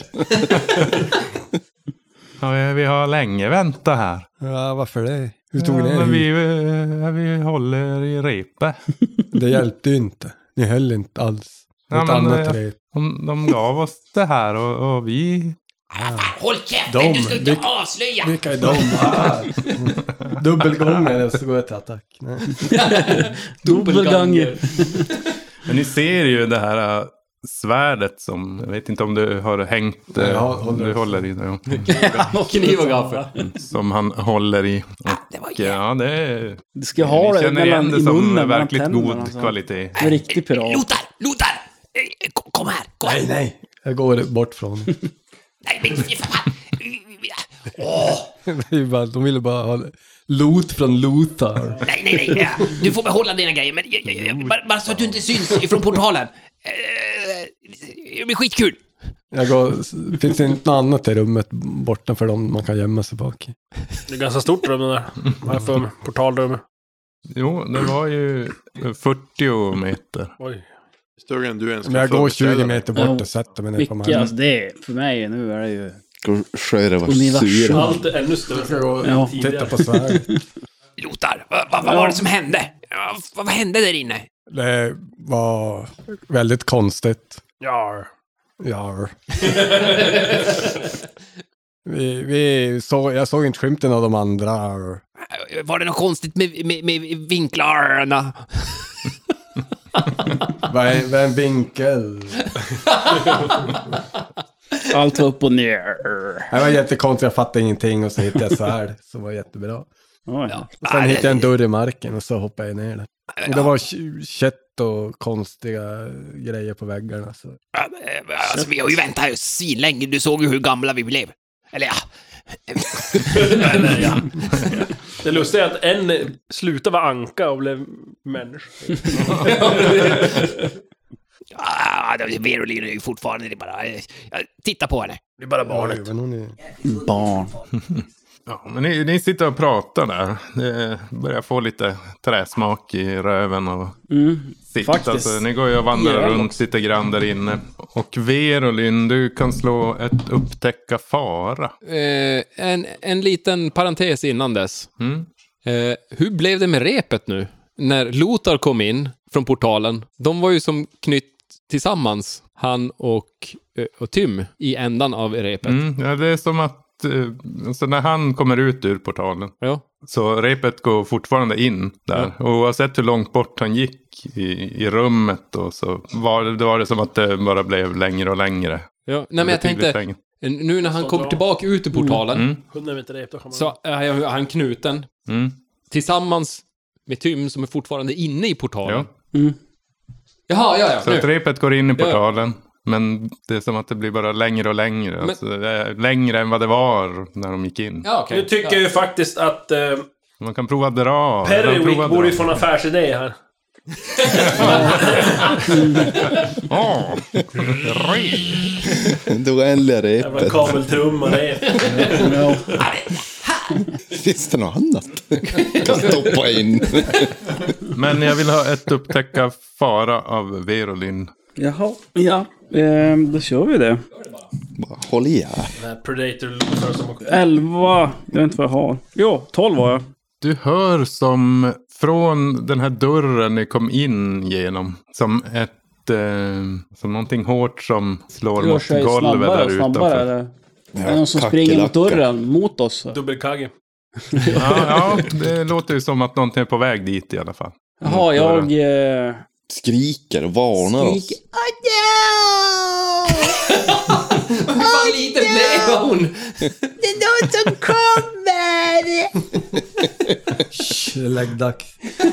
[SPEAKER 2] Ja, vi- vi har länge väntat här.
[SPEAKER 3] Ja, varför det? Hur tog
[SPEAKER 2] Ja,
[SPEAKER 3] ni
[SPEAKER 2] men
[SPEAKER 3] er
[SPEAKER 2] vi,
[SPEAKER 3] hit?
[SPEAKER 2] eh, vi håller i repet.
[SPEAKER 3] Det hjälpte ju inte. Ni höll inte alls.
[SPEAKER 2] Ja,
[SPEAKER 3] Ett
[SPEAKER 2] men,
[SPEAKER 3] annat
[SPEAKER 2] eh,
[SPEAKER 3] rep.
[SPEAKER 2] De, de gav oss det här och, och vi...
[SPEAKER 9] Håll käften,
[SPEAKER 3] De,
[SPEAKER 9] du ska inte
[SPEAKER 3] vilka-
[SPEAKER 9] avslöja.
[SPEAKER 3] Vilka är de här? Dubbelgångare så går jag till attack. Nej.
[SPEAKER 7] Dubbelganger.
[SPEAKER 2] Men ni ser ju det här äh, svärdet som... Jag vet inte om du har hängt... äh,
[SPEAKER 3] Jag håller
[SPEAKER 2] du
[SPEAKER 3] det.
[SPEAKER 2] håller i det. Ja.
[SPEAKER 5] Kniv och gaffel.
[SPEAKER 2] Som han håller i.
[SPEAKER 9] Det var
[SPEAKER 2] Och, ja, det är...
[SPEAKER 7] Du ska ha
[SPEAKER 2] Ni
[SPEAKER 7] det
[SPEAKER 2] känner igen
[SPEAKER 7] mellan,
[SPEAKER 2] det
[SPEAKER 7] i
[SPEAKER 2] som
[SPEAKER 7] munnen mellan
[SPEAKER 2] verkligt
[SPEAKER 7] tänderna.
[SPEAKER 2] god
[SPEAKER 7] Alltså.
[SPEAKER 2] kvalitet.
[SPEAKER 7] En riktig pirat.
[SPEAKER 9] Lotar, Lotar! Eh, kom- Kom här, kom här.
[SPEAKER 3] Nej, nej. Jag går bort från.
[SPEAKER 9] Nej, men för fan. Åh,
[SPEAKER 3] Det är ju bara- De ville bara ha loot från Lothar.
[SPEAKER 9] nej, nej, nej. Ja, du får behålla dina grejer, men jag, jag, jag, bara, bara så att du inte syns ifrån portalen. Eh, Det blir skitkul.
[SPEAKER 3] Jag går, finns det inte något annat i rummet bortanför dem man kan gömma sig bak i?
[SPEAKER 6] Det är ganska stort rum det där. Vad är det för mig? Portalrum.
[SPEAKER 2] Jo, det var ju fyrtio meter.
[SPEAKER 6] Oj.
[SPEAKER 4] Större än du ens
[SPEAKER 3] Men jag
[SPEAKER 4] kan
[SPEAKER 3] går
[SPEAKER 4] föreställa
[SPEAKER 3] tjugo
[SPEAKER 4] dig.
[SPEAKER 3] meter bort och sätter mig ner på
[SPEAKER 7] Mycket, alltså
[SPEAKER 3] marken.
[SPEAKER 7] det för mig nu är det ju...
[SPEAKER 8] Sköra var
[SPEAKER 7] Universum.
[SPEAKER 8] sur.
[SPEAKER 6] Allt är ännu större.
[SPEAKER 3] Jag ska gå
[SPEAKER 7] Ja.
[SPEAKER 3] och titta på svärdet.
[SPEAKER 9] Lotar, vad, vad, vad var det som hände? Ja, Vad, vad hände där inne?
[SPEAKER 3] Det var väldigt konstigt.
[SPEAKER 6] Ja.
[SPEAKER 3] Ja. vi, vi såg, jag såg inte skymten av de andra.
[SPEAKER 9] Var det något konstigt med, med, med vinklarna?
[SPEAKER 3] Vad är, vad är en vinkel?
[SPEAKER 7] Allt var upp och ner.
[SPEAKER 3] Det var jättekonstigt, jag fattade ingenting och så hittade jag svärd som var jättebra.
[SPEAKER 7] Oj.
[SPEAKER 9] Ja.
[SPEAKER 3] Och sen hittade jag en dörr i marken och så hoppade jag ner där. Och det var k- kött och konstiga grejer på väggarna. Så.
[SPEAKER 9] Ja, men, Alltså, vi har ju väntat här svinlänge. Du såg ju hur gamla vi blev. Eller ja.
[SPEAKER 6] Eller, ja. Det lustiga är att en slutade vara anka och blev människa.
[SPEAKER 9] Ja, det- Verolin är ju fortfarande det är bara... Ja, titta på henne.
[SPEAKER 6] Det är bara
[SPEAKER 3] Oj,
[SPEAKER 6] barnet.
[SPEAKER 3] vad hon är.
[SPEAKER 7] Barn.
[SPEAKER 2] Ja, men ni, ni sitter och pratar där. Det börjar få lite träsmak i röven och
[SPEAKER 7] Mm.
[SPEAKER 2] sitta.
[SPEAKER 7] Faktiskt.
[SPEAKER 2] Så ni går ju och vandrar
[SPEAKER 7] Ja.
[SPEAKER 2] runt lite grann där inne. Och Verolin, du kan slå ett upptäcka fara.
[SPEAKER 5] Eh, en, en liten parentes innan dess.
[SPEAKER 2] Mm.
[SPEAKER 5] Eh, hur blev det med repet nu? När Lothar kom in från portalen, de var ju som knytt tillsammans, han och, eh, och Tim, i ändan av repet.
[SPEAKER 2] Mm, ja, det är som att eh, alltså när han kommer ut ur portalen
[SPEAKER 5] Ja.
[SPEAKER 2] Så repet går fortfarande in där. Ja. Och oavsett hur långt bort han gick i, i rummet och så var det, det var det som att det bara blev längre och längre.
[SPEAKER 5] Ja, nej men jag tänkte, längre. Nu när han kommer tillbaka ut ur portalen mm. Mm. så är han knuten mm. tillsammans med Tym som är fortfarande inne i portalen.
[SPEAKER 2] Ja.
[SPEAKER 5] Mm. Jaha, ja, ja.
[SPEAKER 2] Så att repet går in i portalen. Ja. Men det är som att det blir bara längre och längre. Men... Alltså, det är längre än vad det var när de gick in.
[SPEAKER 6] Ja, okay. Nu tycker ja. jag ju faktiskt att... Eh,
[SPEAKER 2] man kan prova att dra.
[SPEAKER 6] Perrywick borde ju få en affärsidé här.
[SPEAKER 2] Åh,
[SPEAKER 8] det oändliga repet.
[SPEAKER 6] Jävla kabeltrumma det.
[SPEAKER 8] Finns det något annat? Kan stoppa in.
[SPEAKER 2] Men jag vill ha ett upptäcka fara av Verolyn.
[SPEAKER 7] Jaha, ja. Eh, då kör vi det.
[SPEAKER 8] Håll i
[SPEAKER 6] Predator
[SPEAKER 7] elva. Jag vet inte vad jag har. Jo, tolv var jag.
[SPEAKER 2] Du hör som från den här dörren ni kom in genom. Som ett eh, som någonting hårt som slår mot golvet
[SPEAKER 7] snabbare,
[SPEAKER 2] där utanför.
[SPEAKER 7] Snabbare, eller? Ja, är det någon som springer mot dörren mot oss?
[SPEAKER 6] Dubbelkagge.
[SPEAKER 2] ja, ja, det låter ju som att någonting är på väg dit i alla fall.
[SPEAKER 7] Jaha, jag... Eh...
[SPEAKER 8] Skriker och varnar oss.
[SPEAKER 9] Åh, no! Hur fan lite blev hon? Det är någon som kommer!
[SPEAKER 3] Läggdags.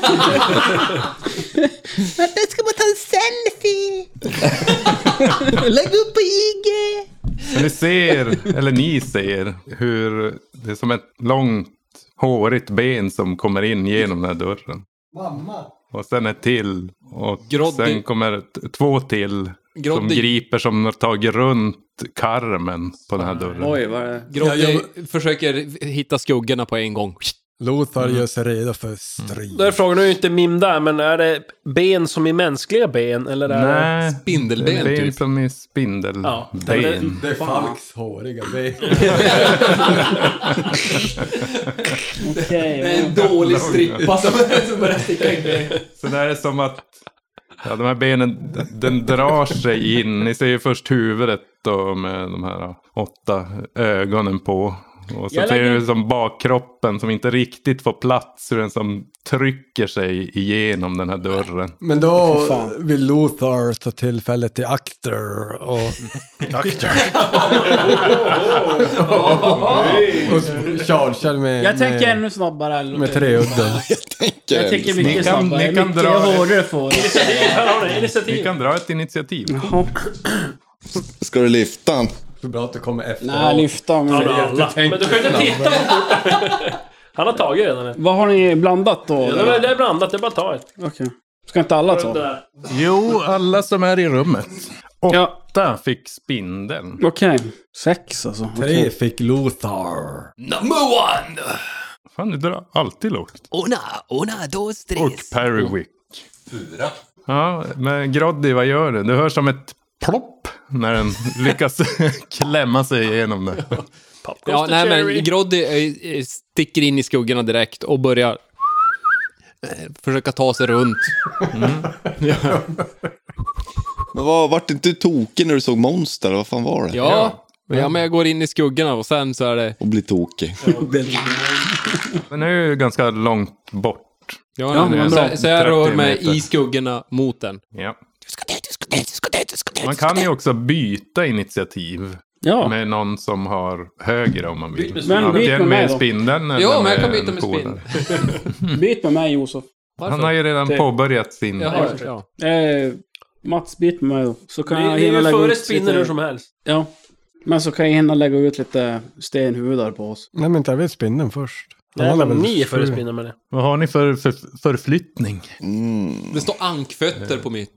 [SPEAKER 9] Varför ska man ta en selfie? Lägg upp på I G.
[SPEAKER 2] Men ni ser, eller ni ser, hur det är som ett långt, hårigt ben som kommer in genom den här dörren.
[SPEAKER 3] Mamma!
[SPEAKER 2] Och sen ett till. Och
[SPEAKER 5] Groddy.
[SPEAKER 2] Sen kommer ett, två till. Groddy. Som griper som har tagit runt karmen på den här dörren.
[SPEAKER 7] Oj, vad är det?
[SPEAKER 5] Groddy ja, jag... försöker hitta skuggorna på en gång.
[SPEAKER 3] Lothar mm. gör sig redo för strid.
[SPEAKER 6] Mm. Då är frågan, nu är ju inte Mim där, men är det ben som i mänskliga ben? Eller är
[SPEAKER 2] Nej,
[SPEAKER 5] det spindelben
[SPEAKER 2] ben
[SPEAKER 5] typ?
[SPEAKER 2] som i spindelben.
[SPEAKER 6] Ja,
[SPEAKER 3] det, det, det är Falks håriga ben.
[SPEAKER 7] Okej.
[SPEAKER 5] Det är en dålig strippa som, som börjar sticka in.
[SPEAKER 2] Så det är som att ja, de här benen, den drar sig in. Ni ser ju först huvudet då med de här åtta ögonen på. Och så ser du som bakkroppen som inte riktigt får plats. Hur den som trycker sig igenom den här dörren.
[SPEAKER 3] Men då vill Lothar ta tillfället i akter och... akter. och chargear med...
[SPEAKER 7] Jag tänker ännu snabbare.
[SPEAKER 3] Med tre udden.
[SPEAKER 8] jag tänker,
[SPEAKER 7] jag tänker mycket
[SPEAKER 2] ni kan,
[SPEAKER 7] snabbare.
[SPEAKER 2] Ni kan
[SPEAKER 7] mycket
[SPEAKER 2] dra
[SPEAKER 7] hårdare för
[SPEAKER 6] initiativ.
[SPEAKER 2] Ni kan dra ett initiativ.
[SPEAKER 7] Jaha.
[SPEAKER 8] Ska du lyfta han?
[SPEAKER 3] Så bra att du kommer efter.
[SPEAKER 7] Nej, lyfta. Men,
[SPEAKER 6] ja, men du kan inte titta. Han har tagit redan.
[SPEAKER 7] Vad har ni blandat då?
[SPEAKER 6] Ja, det är blandat, det är bara att ta ett.
[SPEAKER 7] Okej. Okay. Ska inte alla ta?
[SPEAKER 2] Jo, alla som är i rummet. Åtta
[SPEAKER 7] ja.
[SPEAKER 2] fick spindeln.
[SPEAKER 7] Okej. Okay. Sex alltså.
[SPEAKER 3] Tre okay. fick Lothar.
[SPEAKER 9] Number one!
[SPEAKER 2] Fan, du drar alltid lågt.
[SPEAKER 9] Una, una, dos, tres.
[SPEAKER 2] Och Perrywick.
[SPEAKER 9] Fyra.
[SPEAKER 2] Ja, men Groddy, vad gör du? Du hör som ett plopp när den lyckas klämma sig igenom det.
[SPEAKER 5] Ja, nej men Groddy sticker in i skuggorna direkt och börjar försöka ta sig runt. Mm.
[SPEAKER 8] Ja. Men vad, vart inte du tokig när du såg monster? Vad fan var det?
[SPEAKER 5] Ja, ja. ja men jag går in i skuggorna och sen så är det...
[SPEAKER 8] Och blir tokig.
[SPEAKER 2] Den är ju ganska långt bort.
[SPEAKER 5] Ja, ja men så, så jag rör mig meter. i skuggorna mot den.
[SPEAKER 2] Ja.
[SPEAKER 9] Du ska dö, du ska dö, du ska dö, du ska dö.
[SPEAKER 2] Man kan ju också byta initiativ.
[SPEAKER 7] Ja.
[SPEAKER 2] Med någon som har högre om man vill.
[SPEAKER 7] Men byt med mig då.
[SPEAKER 2] Spindeln.
[SPEAKER 5] Jo, men jag kan byta med spindeln.
[SPEAKER 7] Byt med mig, Josef.
[SPEAKER 2] Varför? Han har ju redan det... påbörjat sin.
[SPEAKER 7] Ja, ja. Eh, Mats, byt med mig då. Så kan
[SPEAKER 6] det,
[SPEAKER 7] jag
[SPEAKER 6] hinna lägga ut... Det är ju före
[SPEAKER 7] spindeln
[SPEAKER 6] lite... som helst.
[SPEAKER 7] Ja. Men så kan jag hinna lägga ut lite stenhuvudar på oss.
[SPEAKER 3] Nej, men jag vet spindeln först.
[SPEAKER 6] Nej, men ni är före spindeln med det.
[SPEAKER 2] Vad har ni för, för förflyttning?
[SPEAKER 8] Mm.
[SPEAKER 5] Det står ankfötter på mitt.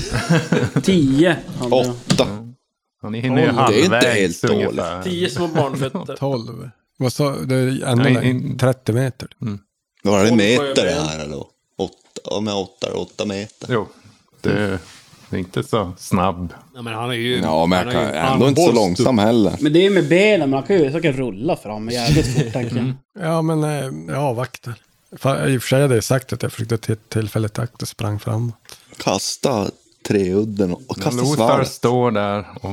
[SPEAKER 7] Tio.
[SPEAKER 8] Åtta.
[SPEAKER 2] Ja, ni hinner ju halvvägs.
[SPEAKER 8] Det är inte helt dåligt.
[SPEAKER 6] Tio små barnfötter.
[SPEAKER 3] Tolv. Vad sa det är ändå Nej, trettio meter.
[SPEAKER 8] Mm. Vad är det meter det här eller? Åtta, med åtta, åtta meter.
[SPEAKER 2] Jo, det, det är inte så snabb.
[SPEAKER 5] Ja, men han är ju...
[SPEAKER 8] Ja, men jag kan ändå inte så långsam heller.
[SPEAKER 7] Men det är med benen, man kan ju säkert rulla fram jävligt fort, tänker jag.
[SPEAKER 3] Ja, men jag avvaktar. I och för sig hade jag sagt att jag försökte till tillfället takt och sprang framåt. Kasta
[SPEAKER 8] treudden och kasta svärd.
[SPEAKER 2] Lothar står där och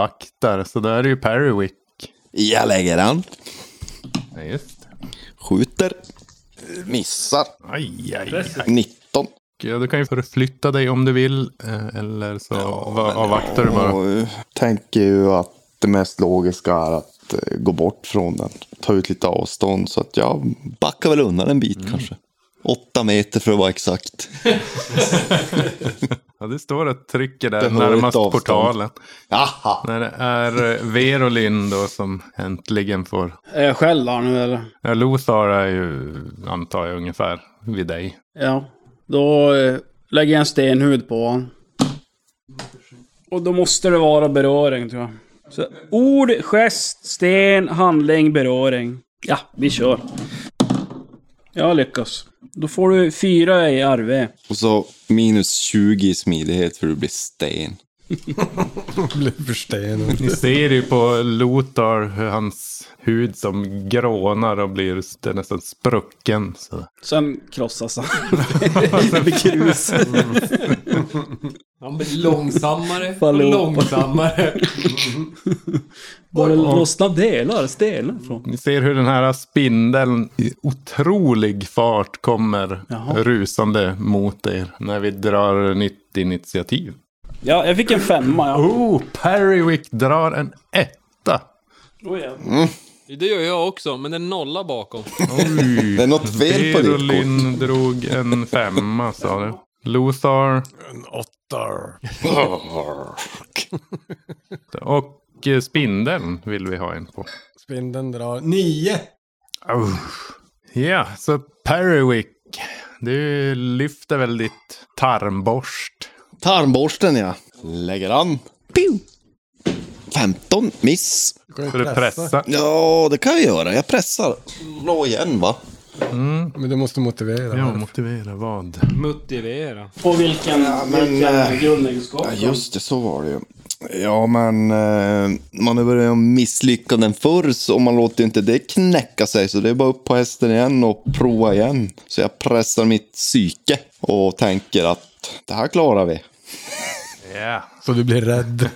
[SPEAKER 2] avvaktar. Så där är ju Perrywick.
[SPEAKER 8] Jag lägger den.
[SPEAKER 2] Ja, just.
[SPEAKER 8] Skjut skjuter. Missar.
[SPEAKER 2] Aj, aj, aj.
[SPEAKER 8] nitton.
[SPEAKER 2] Ja, du kan ju förflytta dig om du vill. eh, Eller så ja, avvaktar du bara.
[SPEAKER 8] Jag tänker ju att det mest logiska är att eh, gå bort från den. Ta ut lite avstånd så att jag backar väl undan en bit mm. kanske. Åtta meter för att vara exakt.
[SPEAKER 2] Ja, det står att trycker där närmast portalen.
[SPEAKER 8] Aha.
[SPEAKER 2] När det är Verolyn då som äntligen får...
[SPEAKER 7] Är jag själv där nu eller?
[SPEAKER 2] Ja, Lothar är ju, antar jag, ungefär vid dig.
[SPEAKER 7] Ja, då eh, lägger jag en stenhud på honom. Och då måste det vara beröring, tror jag. Så, ord, gest, sten, handling, beröring. Ja, vi kör. Jag lyckas. Då får du fyra i R V.
[SPEAKER 8] Och så minus tjugo i smidighet för du blir sten.
[SPEAKER 3] Blir för sten.
[SPEAKER 2] Ni ser ju på Lothar hur hans hud som grånar och blir nästan sprucken. Så.
[SPEAKER 7] Sen krossas han. Det blir krus.
[SPEAKER 5] Han blir långsammare
[SPEAKER 7] och
[SPEAKER 5] långsammare.
[SPEAKER 7] Bara lossna delar, stenar från.
[SPEAKER 2] Ni ser hur den här spindeln i otrolig fart kommer Jaha. rusande mot er när vi drar nytt initiativ.
[SPEAKER 7] Ja, jag fick en femma. Ja.
[SPEAKER 2] Oh, Perrywick drar en etta.
[SPEAKER 7] Oh, ja.
[SPEAKER 8] Mm.
[SPEAKER 5] Det gör jag också, men en nolla bakom.
[SPEAKER 2] Oj.
[SPEAKER 8] Det är något fel på ditt kort.
[SPEAKER 2] Verolyn drog en femma, sa du. Lothar.
[SPEAKER 3] En åtta.
[SPEAKER 2] Och spindeln vill vi ha en på.
[SPEAKER 3] Spindeln drar nio.
[SPEAKER 2] Oh. Ja, så Perrywick. Du lyfter väl ditt tarmborst.
[SPEAKER 8] Tarmborsten, ja. Lägger an. Pew! femton, miss.
[SPEAKER 2] Så du pressar.
[SPEAKER 8] Ja, det kan jag göra. Jag pressar. Nå igen, va?
[SPEAKER 2] Mm.
[SPEAKER 3] Men du måste motivera.
[SPEAKER 2] Ja, motivera vad?
[SPEAKER 5] Motivera.
[SPEAKER 7] På vilken,
[SPEAKER 8] ja, men,
[SPEAKER 7] vilken
[SPEAKER 8] äh,
[SPEAKER 7] grundegenskap?
[SPEAKER 8] Ja, just det. Så var det ju. Ja, men eh, man har börjat misslycka den förr, så man låter inte det knäcka sig. Så det är bara upp på hästen igen och prova igen. Så jag pressar mitt psyke och tänker att det här klarar vi.
[SPEAKER 2] Ja. Yeah.
[SPEAKER 3] Så du blir rädd.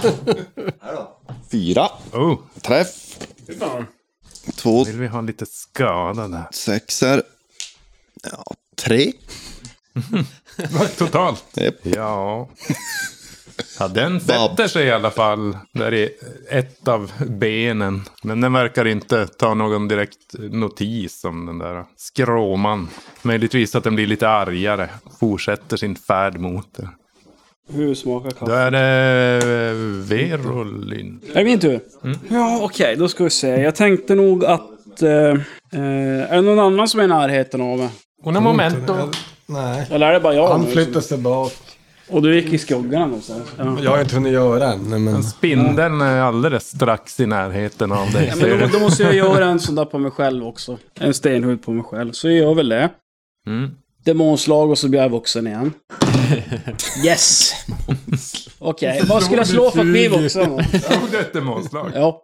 [SPEAKER 8] Fyra.
[SPEAKER 2] Oh.
[SPEAKER 8] Träff. Två.
[SPEAKER 2] Vill vi ha lite skada där?
[SPEAKER 8] Sexer. Ja, tre.
[SPEAKER 2] Totalt?
[SPEAKER 8] Yep.
[SPEAKER 2] Ja. Ja, den sätter sig i alla fall där i ett av benen. Men den verkar inte ta någon direkt notis om den där skråman. Möjligtvis att den blir lite argare. Fortsätter sin färd mot det.
[SPEAKER 7] Hur smakar kaffe?
[SPEAKER 2] Då är det Verolyn.
[SPEAKER 7] Är det min tur?
[SPEAKER 2] Mm.
[SPEAKER 7] Ja, okej. Okay, då ska vi se. Jag tänkte nog att... Eh, är det någon annan som är i närheten av mig?
[SPEAKER 2] Hon har momento.
[SPEAKER 3] Nej.
[SPEAKER 7] Eller är det bara jag?
[SPEAKER 3] Han flyttar sig bak.
[SPEAKER 7] Och du gick i skuggan någonstans. Ja.
[SPEAKER 3] Jag har inte hunnit göra än. Men...
[SPEAKER 2] Spindeln ja. är alldeles strax i närheten av dig.
[SPEAKER 7] Ja, men då, då måste jag göra en sån där på mig själv också. En stenhud på mig själv. Så jag gör väl det.
[SPEAKER 2] Mm.
[SPEAKER 7] Demonslag och så blir jag vuxen igen. Yes! Okej, okay. Vad skulle jag slå för att bli vuxen?
[SPEAKER 2] Ja, det är ett demonslag.
[SPEAKER 7] Ja.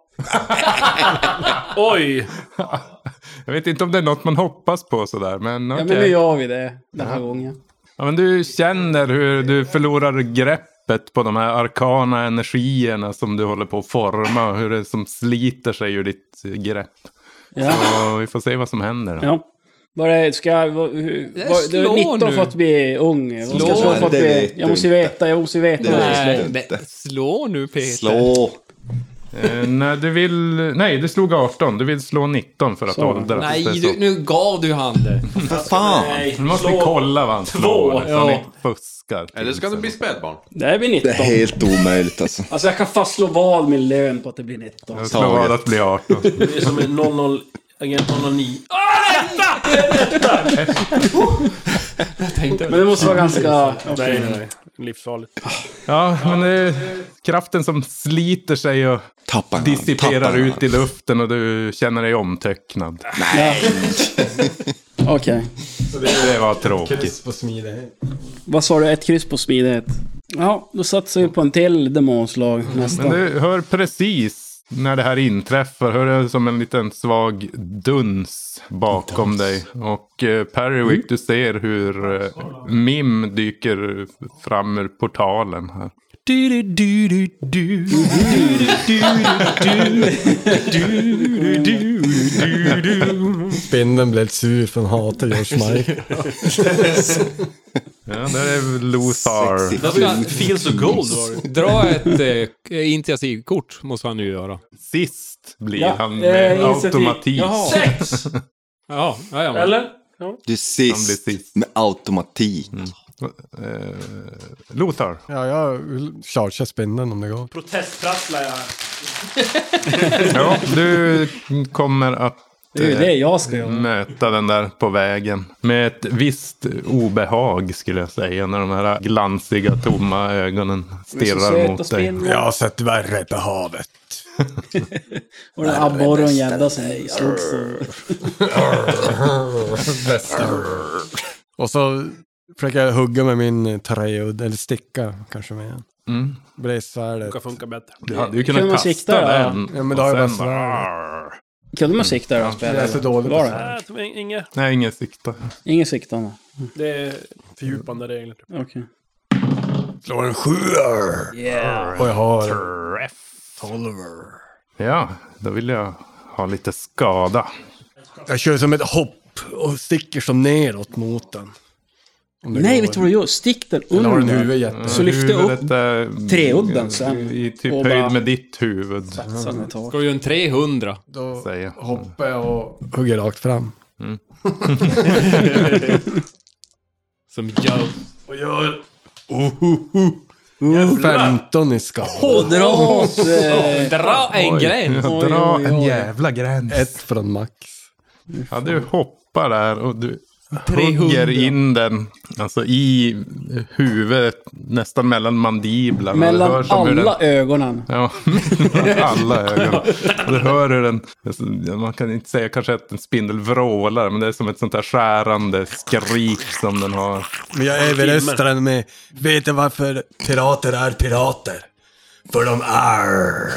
[SPEAKER 6] Oj!
[SPEAKER 2] Jag vet inte om det är något man hoppas på sådär, men okej.
[SPEAKER 7] Okay. Ja, men nu gör vi det den här
[SPEAKER 2] ja.
[SPEAKER 7] gången.
[SPEAKER 2] Ja, men du känner hur du förlorar greppet på de här arkana energierna som du håller på att forma. Hur det som sliter sig ur ditt grepp.
[SPEAKER 7] Ja.
[SPEAKER 2] Så vi får se vad som händer då.
[SPEAKER 7] Ja. Var det, ska jag... Var, hur, var, du är nitton för att bli ung.
[SPEAKER 5] Slå,
[SPEAKER 7] ska jag, för att bli, jag måste veta, jag måste veta.
[SPEAKER 5] Nej, nej, slå nu, Peter.
[SPEAKER 8] Slå.
[SPEAKER 2] Eh, nej, du vill... Nej, du slog arton. Du vill slå nitton för att
[SPEAKER 7] så.
[SPEAKER 2] åldras.
[SPEAKER 5] Nej, du, nu gav du han det.
[SPEAKER 8] För fan.
[SPEAKER 2] Nu måste vi kolla vad han slår. Så
[SPEAKER 5] ja.
[SPEAKER 2] ni fuskar.
[SPEAKER 4] Eller ska det bli spädbarn?
[SPEAKER 7] Det blir nitton.
[SPEAKER 8] Det är helt omöjligt alltså.
[SPEAKER 7] Alltså jag kan fastslå vad min lön på att det blir nitton.
[SPEAKER 2] Jag slår vad att bli arton.
[SPEAKER 6] Det är som en noll noll... Agent noll noll nio.
[SPEAKER 5] Jag tänkte...
[SPEAKER 7] Men det måste vara ganska...
[SPEAKER 6] Nej, nej, nej. Livsfarligt.
[SPEAKER 2] Ja, men det är kraften som sliter sig och
[SPEAKER 8] Tappar
[SPEAKER 2] dissiperar
[SPEAKER 8] Tappar
[SPEAKER 2] ut i luften och du känner dig omtöcknad.
[SPEAKER 8] Nej.
[SPEAKER 7] Okej. Okay.
[SPEAKER 2] Det, det var tråkigt.
[SPEAKER 3] Kryss på smidighet.
[SPEAKER 7] Vad sa du? Ett kryss på smidighet. Ja, då satsar vi på en till demonslag nästa.
[SPEAKER 2] Men du hör precis när det här inträffar, hör det som en liten svag duns bakom dig. Och eh, Perrywick, mm. du ser hur eh, Mim dyker fram ur portalen här. Du, du, du, du, du, du, du, du, du.
[SPEAKER 3] Spindeln blev sur från hat till George Michael.
[SPEAKER 2] Ja, där är Lothar.
[SPEAKER 5] Då ska
[SPEAKER 6] Feels so gold var det.
[SPEAKER 5] dra ett eh, initiativkort, måste han ju göra.
[SPEAKER 2] Sist blir
[SPEAKER 7] Ja,
[SPEAKER 2] han
[SPEAKER 7] eh,
[SPEAKER 2] med
[SPEAKER 7] initiativ.
[SPEAKER 2] automatik.
[SPEAKER 7] Jaha.
[SPEAKER 6] Sex!
[SPEAKER 5] Ja, ja, ja.
[SPEAKER 6] Eller?
[SPEAKER 8] Du är
[SPEAKER 2] Han blir
[SPEAKER 8] sist
[SPEAKER 2] sist.
[SPEAKER 8] med automatik.
[SPEAKER 2] Eh, Lothar.
[SPEAKER 3] Ja, jag vill chargea spindeln om det går.
[SPEAKER 6] Protestprasslar jag här.
[SPEAKER 2] Ja, du kommer att
[SPEAKER 7] Det är ju det jag ska göra.
[SPEAKER 2] möta den där på vägen. Med ett visst obehag skulle jag säga. När de här glansiga, tomma ögonen stirrar mot dig.
[SPEAKER 3] Jag har sett värre på havet.
[SPEAKER 7] Och den abborre och en gädda som slogs.
[SPEAKER 3] Och så försöker jag hugga med min träudd, eller sticka kanske med en.
[SPEAKER 2] Mm.
[SPEAKER 3] Bräsvärdet.
[SPEAKER 6] Det kan funka bättre.
[SPEAKER 2] Du hade ju
[SPEAKER 7] Kunde
[SPEAKER 2] kunnat
[SPEAKER 7] man
[SPEAKER 2] kasta
[SPEAKER 7] sikta, ja.
[SPEAKER 2] den.
[SPEAKER 3] Ja, men då har
[SPEAKER 2] och
[SPEAKER 3] jag
[SPEAKER 2] sen
[SPEAKER 3] bara
[SPEAKER 2] bara...
[SPEAKER 7] Kunde man sikta där och spela?
[SPEAKER 3] Jag är så dålig
[SPEAKER 7] Var
[SPEAKER 3] på
[SPEAKER 7] det?
[SPEAKER 3] svärd.
[SPEAKER 6] Nej, jag tror inget.
[SPEAKER 2] Nej, ingen sikta.
[SPEAKER 7] Ingen siktande.
[SPEAKER 6] Det är fördjupande regler.
[SPEAKER 7] Okej.
[SPEAKER 3] Slår en sjuer.
[SPEAKER 7] Yeah.
[SPEAKER 3] Och jag har
[SPEAKER 2] Träff.
[SPEAKER 3] tolver.
[SPEAKER 2] Ja, då vill jag ha lite skada.
[SPEAKER 3] Jag kör som ett hopp och sticker som neråt mot den. Om det
[SPEAKER 7] Nej,
[SPEAKER 3] går.
[SPEAKER 7] vet du vad du gör? Stick den
[SPEAKER 3] Eller har den
[SPEAKER 7] under.
[SPEAKER 3] huvudet jätte...
[SPEAKER 7] Så lyfter jag upp
[SPEAKER 2] Huvudet är
[SPEAKER 7] treudden sen.
[SPEAKER 2] I typ
[SPEAKER 7] Och
[SPEAKER 2] höjd
[SPEAKER 7] bara-
[SPEAKER 2] med ditt huvud.
[SPEAKER 7] Satsa med tak.
[SPEAKER 5] Ska du göra en trehundra?
[SPEAKER 3] Då
[SPEAKER 2] Säger.
[SPEAKER 3] hoppar jag och hugger rakt fram.
[SPEAKER 5] Som gör...
[SPEAKER 3] Och gör... Uh, femton i skada.
[SPEAKER 7] Och dra åt... eh,
[SPEAKER 5] Dra en gräns!
[SPEAKER 7] Oj,
[SPEAKER 2] Dra
[SPEAKER 7] oj,
[SPEAKER 2] en
[SPEAKER 7] oj.
[SPEAKER 2] jävla gräns.
[SPEAKER 3] Ett från max.
[SPEAKER 2] Ja, du hoppar där och du
[SPEAKER 5] trehundra.
[SPEAKER 2] hugger in den. Alltså i huvudet, nästan mellan mandiblarna. Du hör
[SPEAKER 7] Mellan
[SPEAKER 2] som hur den-
[SPEAKER 7] alla ögonen.
[SPEAKER 2] Ja, mellan alla ögon. Du hör hur den, alltså, man kan inte säga kanske att en spindel vrålar, men det är som ett sånt här skärande skrik som den har.
[SPEAKER 3] Men jag överröstar den med... Vet du varför pirater är pirater? För de är...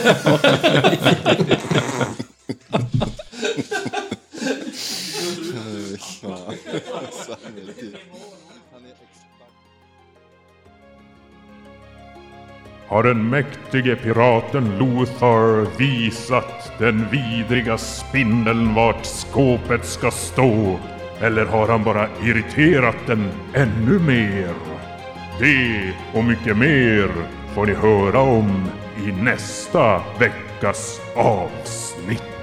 [SPEAKER 1] Har den mäktige piraten Lothar visat den vidriga spindeln vart skåpet ska stå? Eller har han bara irriterat den ännu mer? Det och mycket mer får ni höra om i nästa veckas avsnitt.